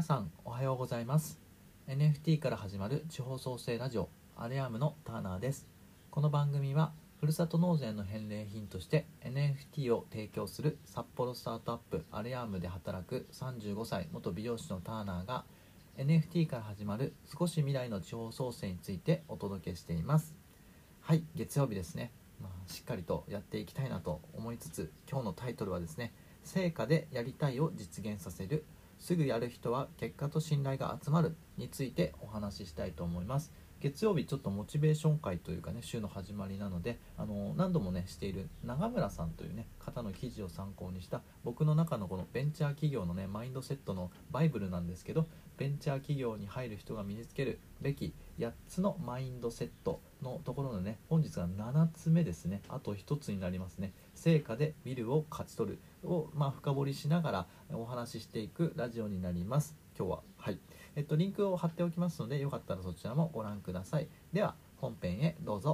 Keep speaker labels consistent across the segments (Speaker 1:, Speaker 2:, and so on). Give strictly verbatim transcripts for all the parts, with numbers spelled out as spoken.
Speaker 1: 皆さんおはようございます。 エヌエフティー から始まる地方創生ラジオアレアームのターナーです。この番組はふるさと納税の返礼品として エヌエフティー を提供する札幌スタートアップアレアームで働くさんじゅうごさい元美容師のターナーが エヌエフティー から始まる少し未来の地方創生についてお届けしています。はい、月曜日ですね、まあ、しっかりとやっていきたいなと思いつつ、今日のタイトルはですね、成果でやりたいを実現させる、すぐやる人は結果と信頼が集まるについてお話ししたいと思います。月曜日ちょっとモチベーション会というかね、週の始まりなので、あの何度もねしている永村さんというね方の記事を参考にした僕の中のこのベンチャー企業のねマインドセットのバイブルなんですけど、ベンチャー企業に入る人が身につけるべきやっつのマインドセットのところのね、本日はななつめですね。あとひとつになりますね。成果でビルを勝ち取るを、まあ、深掘りしながらお話ししていくラジオになります。今日ははいえっとリンクを貼っておきますので、よかったらそちらもご覧ください。では本編へどうぞ。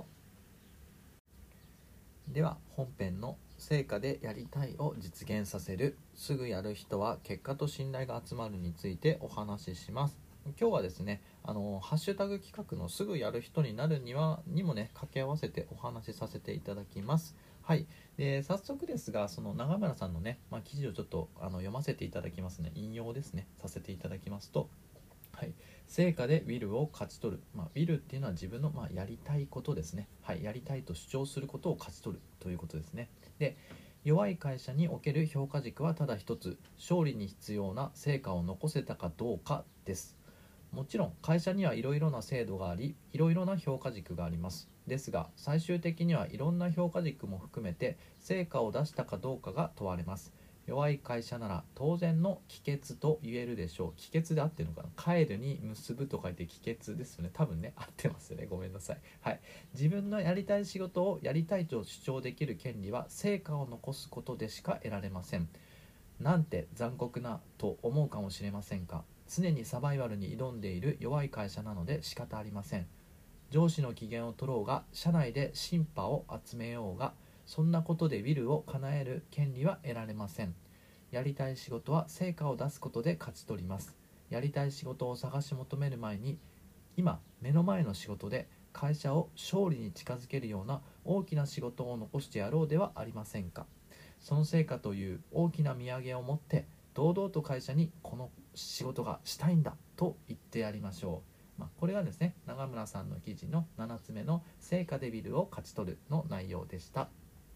Speaker 1: では本編の成果でやりたいを実現させる、すぐやる人は結果と信頼が集まるについてお話しします。今日はですね、あのハッシュタグ企画のすぐやる人になるにはにもね掛け合わせてお話しさせていただきます。はい、で早速ですが、その永村さんのね、まあ、記事をちょっとあの読ませていただきますね。引用ですねさせていただきますと、はい、成果でウィルを勝ち取る、まあ、ウィルっていうのは自分の、まあ、やりたいことですね。はい、やりたいと主張することを勝ち取るということですね。で、弱い会社における評価軸はただ一つ、勝利に必要な成果を残せたかどうかです。もちろん会社にはいろいろな制度があり、いろいろな評価軸があります。ですが最終的にはいろんな評価軸も含めて成果を出したかどうかが問われます。弱い会社なら当然の帰結と言えるでしょう。帰結で合ってるのかな、帰るに結ぶと書いて帰結ですよね。多分ね合ってますよね。ごめんなさい。はい、自分のやりたい仕事をやりたいと主張できる権利は成果を残すことでしか得られません。なんて残酷なと思うかもしれませんが、常にサバイバルに挑んでいる弱い会社なので仕方ありません。上司の機嫌を取ろうが、社内でシンパを集めようが、そんなことでウィルを叶える権利は得られません。やりたい仕事は成果を出すことで勝ち取ります。やりたい仕事を探し求める前に、今目の前の仕事で会社を勝利に近づけるような大きな仕事を残してやろうではありませんか。その成果という大きな土産を持って堂々と会社にこの仕事がしたいんだと言ってやりましょう。まあ、これがですね永村さんの記事のななつめの成果でビルを勝ち取るの内容でした。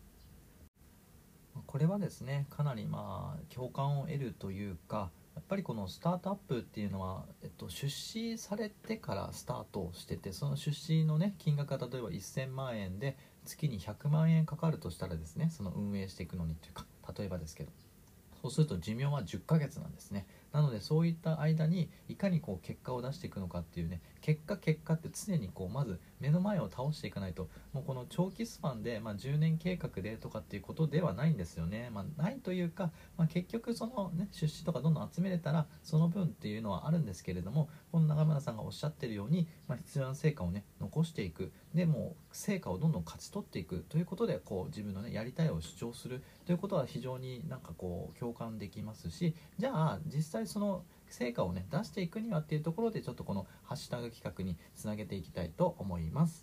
Speaker 1: これはですねかなりまあ共感を得るというか、やっぱりこのスタートアップっていうのは、えっと、出資されてからスタートしてて、その出資のね金額が例えばせんまんえんで月にひゃくまんえんかかるとしたらですね、その運営していくのにというか、例えばですけど、そうすると寿命はじゅっかげつなんですね。なのでそういった間にいかにこう結果を出していくのかっていうね、結果結果って常にこうまず目の前を倒していかないと、もうこの長期スパンで、まあ、じゅうねん計画でとかっていうことではないんですよね。まあ、ないというか、まあ、結局その、ね、出資とかどんどん集めれたらその分っていうのはあるんですけれども、この永村さんがおっしゃってるように、まあ、必要な成果をね残していく、でも成果をどんどん勝ち取っていくということで、こう自分のねやりたいを主張するということは非常になんかこう共感できますし、じゃあ実際その成果をね出していくにはっていうところで、ちょっとこのハッシュタグ企画につなげていきたいと思います。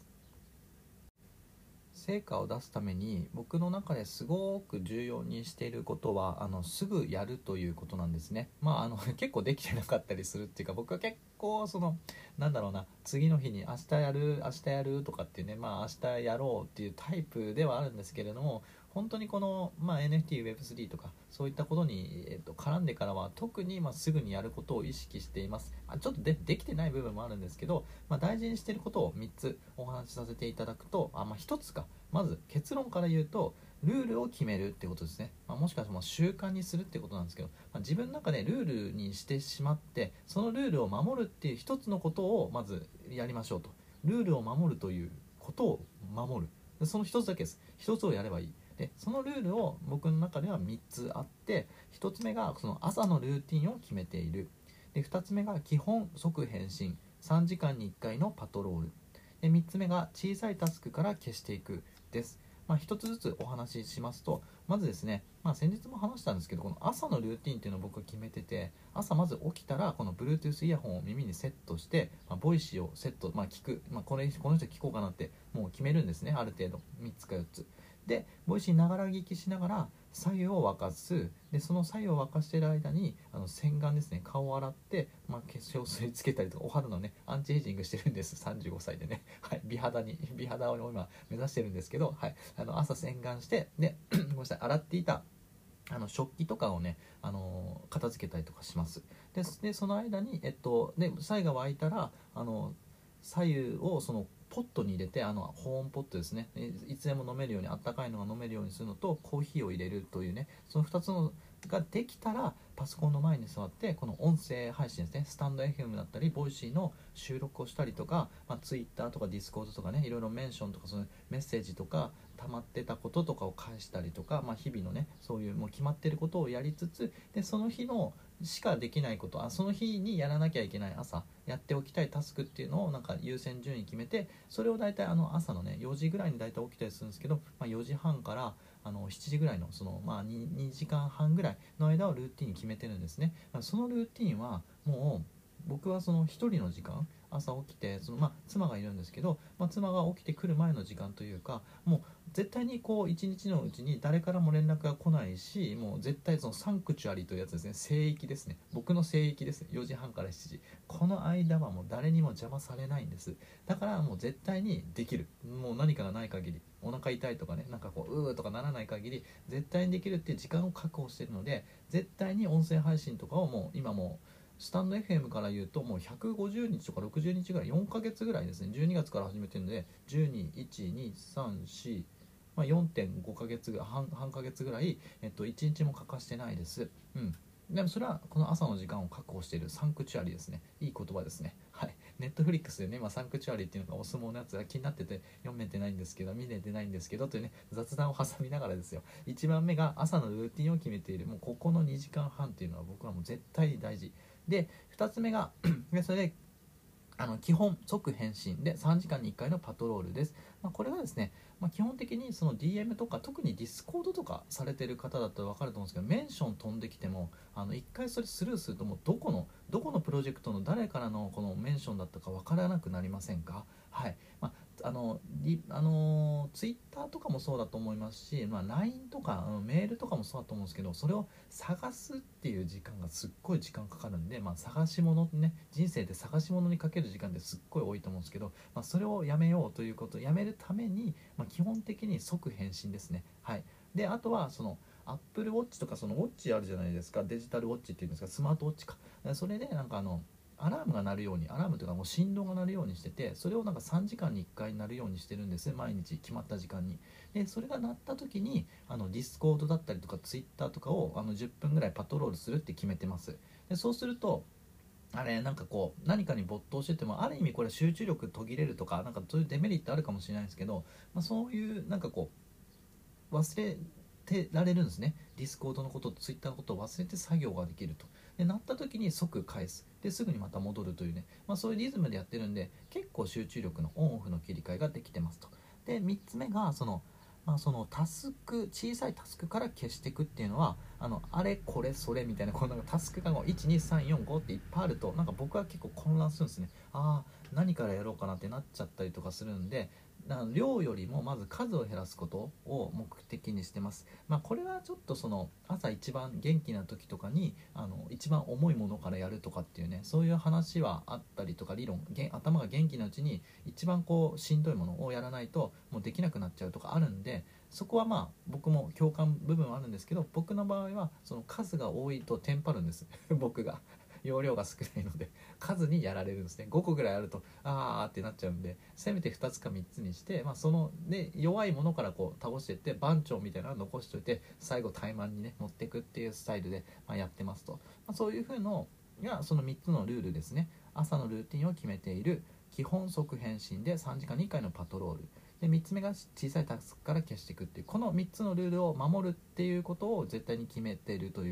Speaker 1: 成果を出すために僕の中ですごく重要にしていることは、あのすぐやるということなんですね。まああの結構できてなかったりするっていうか、僕は結構そのなんだろうな、次の日に明日やる明日やるとかっていうね、まあ明日やろうっていうタイプではあるんですけれども、本当にこの、まあ、エヌエフティー、ウェブスリー とかそういったことに、えっと、絡んでからは特に、まあ、すぐにやることを意識しています。まあ、ちょっとでできてない部分もあるんですけど、まあ、大事にしていることをみっつお話しさせていただくと、あ、まあ、ひとつか、まず結論から言うとルールを決めるってことですね。まあ、もしかしたらもう習慣にするってことなんですけど、まあ、自分の中でルールにしてしまって、そのルールを守るっていう一つのことをまずやりましょうと。ルールを守るということを守る、その一つだけです。一つをやればいい。でそのルールを僕の中ではみっつあって、ひとつめがその朝のルーティンを決めている。でふたつめが基本即返信、さんじかんにいっかいのパトロール。でみっつめが小さいタスクから消していくです。まあ、ひとつずつお話ししますと、まずですね、 まあ、先日も話したんですけど、この朝のルーティンっていうのを僕は決めてて、朝まず起きたらこの Bluetooth イヤホンを耳にセットして、まあ、ボイシーをセット、まあ、聞く、まあ、これこの人聞こうかなってもう決めるんですね、ある程度みっつかよっつで、ボイシーながら聞きしながら左右を沸かす。でその左右を沸かしている間にあの洗顔ですね、顔を洗って、まあ、化粧水つけたりとか、お肌のねアンチエイジングしてるんです、さんじゅうごさいでね、はい、美肌に美肌を今目指してるんですけど、はい、あの朝洗顔して、でごめんなさい、洗っていたあの食器とかをね、あのー片付けたりとかします。ででその間に、えっと、で菜が沸いたら、あの左右をそのポットに入れて、あの保温ポットですね、いつでも飲めるように、あったかいのが飲めるようにするのと、コーヒーを入れるというね、そのふたつのができたら、パソコンの前に座ってこの音声配信ですね、スタンド エフエム だったりボイシーの収録をしたりとか、まあ、Twitter とか Discord とかね、いろいろメンションとか、そのメッセージとか溜まってたこととかを返したりとか、まあ、日々のねそういうもう決まってることをやりつつ、でその日のしかできないこと、あその日にやらなきゃいけない朝やっておきたいタスクっていうのをなんか優先順位決めて、それを大体あの朝のねよじぐらいに大体起きたりするんですけど、まあ、よじはんからあのしちじぐらいのその、まあ、2, にじかんはんぐらいの間をルーティンに決めてるんですね。まあ、そのルーティンはもう僕はその一人の時間、朝起きてその、まあ、妻がいるんですけど、まあ、妻が起きてくる前の時間というか、もう絶対にこう一日のうちに誰からも連絡が来ないし、もう絶対そのサンクチュアリというやつですね、聖域ですね、僕の聖域ですね、よじはんからしちじ、この間はもう誰にも邪魔されないんです。だからもう絶対にできる、もう何かがない限り、お腹痛いとかね、なんかこううーとかならない限り絶対にできるっていう時間を確保しているので、絶対に音声配信とかをもう今もうスタンド エフエム から言うともうひゃくごじゅうにちとかろくじゅうにちぐらい、よんかげつぐらいですね、じゅうにがつから始めてるので、じゅうに、いち、に、さん、よん、まあ、よんてんごかげつぐらい、半, 半ヶ月ぐらい、えっと、いちにちも欠かしてないです。うん。でもそれはこの朝の時間を確保しているサンクチュアリですね。いい言葉ですね。はい。ネットフリックスでね、今サンクチュアリっていうのがお相撲のやつが気になってて読めてないんですけど、見れてないんですけどというね、雑談を挟みながらですよ。いちばんめが朝のルーティンを決めている。もうここのにじかんはんっていうのは僕はもう絶対大事。で、ふたつめがそれであの基本即返信でさんじかんにいっかいのパトロールです。まあ、これはですね、まあ、基本的にその ディーエム とか特にディスコードとかされてる方だったら分かると思うんですけど、メンション飛んできてもあのいっかいそれスルーするともうどこのどこのプロジェクトの誰からのこのメンションだったか分からなくなりませんか。はい。まああのリあのツイッターとかもそうだと思いますし、まあ、ライン とかあのメールとかもそうだと思うんですけど、それを探すっていう時間がすっごい時間かかるんで、まあ、探し物ね、人生で探し物にかける時間ってすっごい多いと思うんですけど、まあ、それをやめようということをやめるために、まあ、基本的に即返信ですね。はい。であとはそのアップルウォッチとかそのウォッチあるじゃないですか、デジタルウォッチっていうんですか、スマートウォッチか、それでなんかあのアラームが鳴るように、アラームというかもう振動が鳴るようにしてて、それをなんかさんじかんにいっかい鳴るようにしてるんです、毎日決まった時間に。でそれが鳴った時にあのディスコードだったりとかツイッターとかをあのじゅっぷんぐらいパトロールするって決めてます。でそうするとあれなんかこう何かに没頭してても、ある意味これ集中力途切れるとかなんかそういうデメリットあるかもしれないですけど、まあ、そういうなんかこう忘れてられるんですね。ディスコードのこととツイッターのことを忘れて作業ができると。でなった時に即返す、ですぐにまた戻るというね、まあ、そういうリズムでやってるんで結構集中力のオンオフの切り替えができてますと。でみっつめがそのまあ、そのタスク小さいタスクから消していくっていうのは、あのあれこれそれみたいなこうなんかタスクがいちにさんよんごっていっぱいあるとなんか僕は結構混乱するんですね。ああ何からやろうかなってなっちゃったりとかするんで、量よりもまず数を減らすことを目的にしてます。まあ、これはちょっとその朝一番元気な時とかにあの一番重いものからやるとかっていうね、そういう話はあったりとか、理論頭が元気なうちに一番こうしんどいものをやらないともうできなくなっちゃうとかあるんで、そこはまあ僕も共感部分はあるんですけど、僕の場合はその数が多いとテンパるんです僕が容量が少ないので数にやられるんですね。ごこぐらいあるとあーってなっちゃうんで、せめてふたつかみっつにして、まあ、そので弱いものからこう倒していって番長みたいなのを残しておいて最後怠慢にね持っていくっていうスタイルで、まあ、やってますと、まあ、そういう風のがそのみっつのルールですね。朝のルーティンを決めている、基本即返信でさんじかんにいっかいのパトロールで、みっつめが小さいタスクから消していくっていう、このみっつのルールを守るっていうことを絶対に決めているというか、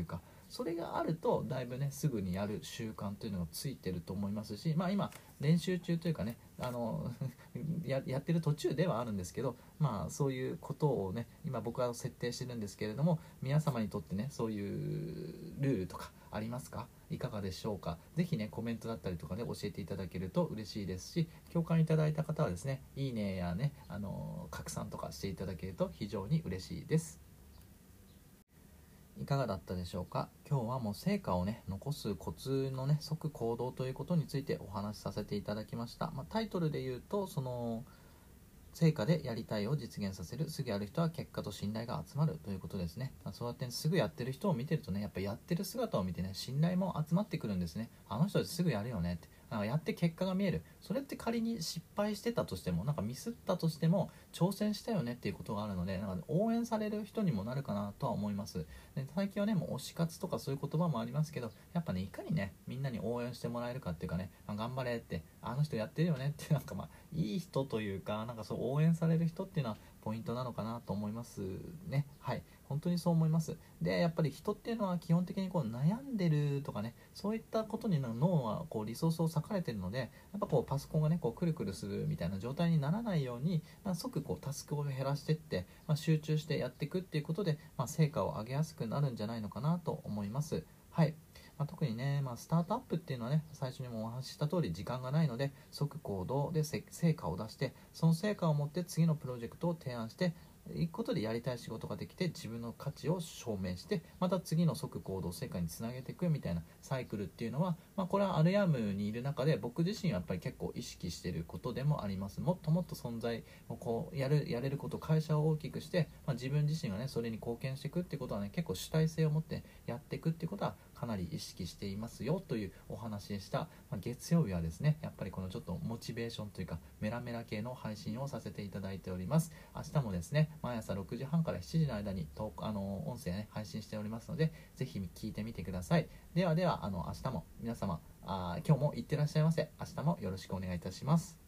Speaker 1: それがあるとだいぶねすぐにやる習慣というのがついてると思いますし、まあ今練習中というかねあのや, やってる途中ではあるんですけど、まあそういうことをね今僕は設定してるんですけれども、皆様にとってねそういうルールとかありますか？いかがでしょうか？ぜひねコメントだったりとかで教えていただけると嬉しいですし、共感いただいた方はですねいいねやねあの拡散とかしていただけると非常に嬉しいです。いかがだったでしょうか？今日はもう成果をね残すコツのね即行動ということについてお話しさせていただきました。まあ、タイトルで言うとその成果でやりたいを実現させる、すぐやる人は結果と信頼が集まるということですね。そうやってすぐやってる人を見てるとね、やっぱやってる姿を見てね信頼も集まってくるんですね。あの人すぐやるよねって、なんかやって結果が見える。それって仮に失敗してたとしても、なんかミスったとしても挑戦したよねっていうことがあるので、なんか応援される人にもなるかなとは思います。で最近はねもう推し活とかそういう言葉もありますけど、やっぱねいかにねみんなに応援してもらえるかっていうかね、あ頑張れって、あの人やってるよねって、なんかまあいい人というか、なんかそう応援される人っていうのはポイントなのかなと思いますね。はい、本当にそう思います。でやっぱり人っていうのは基本的にこう悩んでるとかね、そういったことに脳はこうリソースを割かれてるので、やっぱこうパソコンがねこうくるくるするみたいな状態にならないように、まあ、即こうタスクを減らしていって、まあ、集中してやっていくっていうことで、まあ、成果を上げやすくなるんじゃないのかなと思います。はい、まあ、特にね、まあ、スタートアップっていうのはね最初にもお話しした通り時間がないので、即行動で成果を出して、その成果を持って次のプロジェクトを提案していくことでやりたい仕事ができて、自分の価値を証明して、また次の即行動成果につなげていくみたいなサイクルっていうのは、まあ、これはアルヤムにいる中で僕自身はやっぱり結構意識していることでもあります。もっともっと存在をこうやるやれること、会社を大きくして、まあ、自分自身がねそれに貢献していくってことはね結構主体性を持ってやっていくってことはかなり意識していますよというお話でした。まあ、月曜日はですねやっぱりこのちょっとモチベーションというかメラメラ系の配信をさせていただいております。明日もですね毎朝ろくじはんからしちじの間にトークあの音声ね配信しておりますので、ぜひ聞いてみてください。ではではあの明日も皆様あ今日もいってらっしゃいませ。明日もよろしくお願いいたします。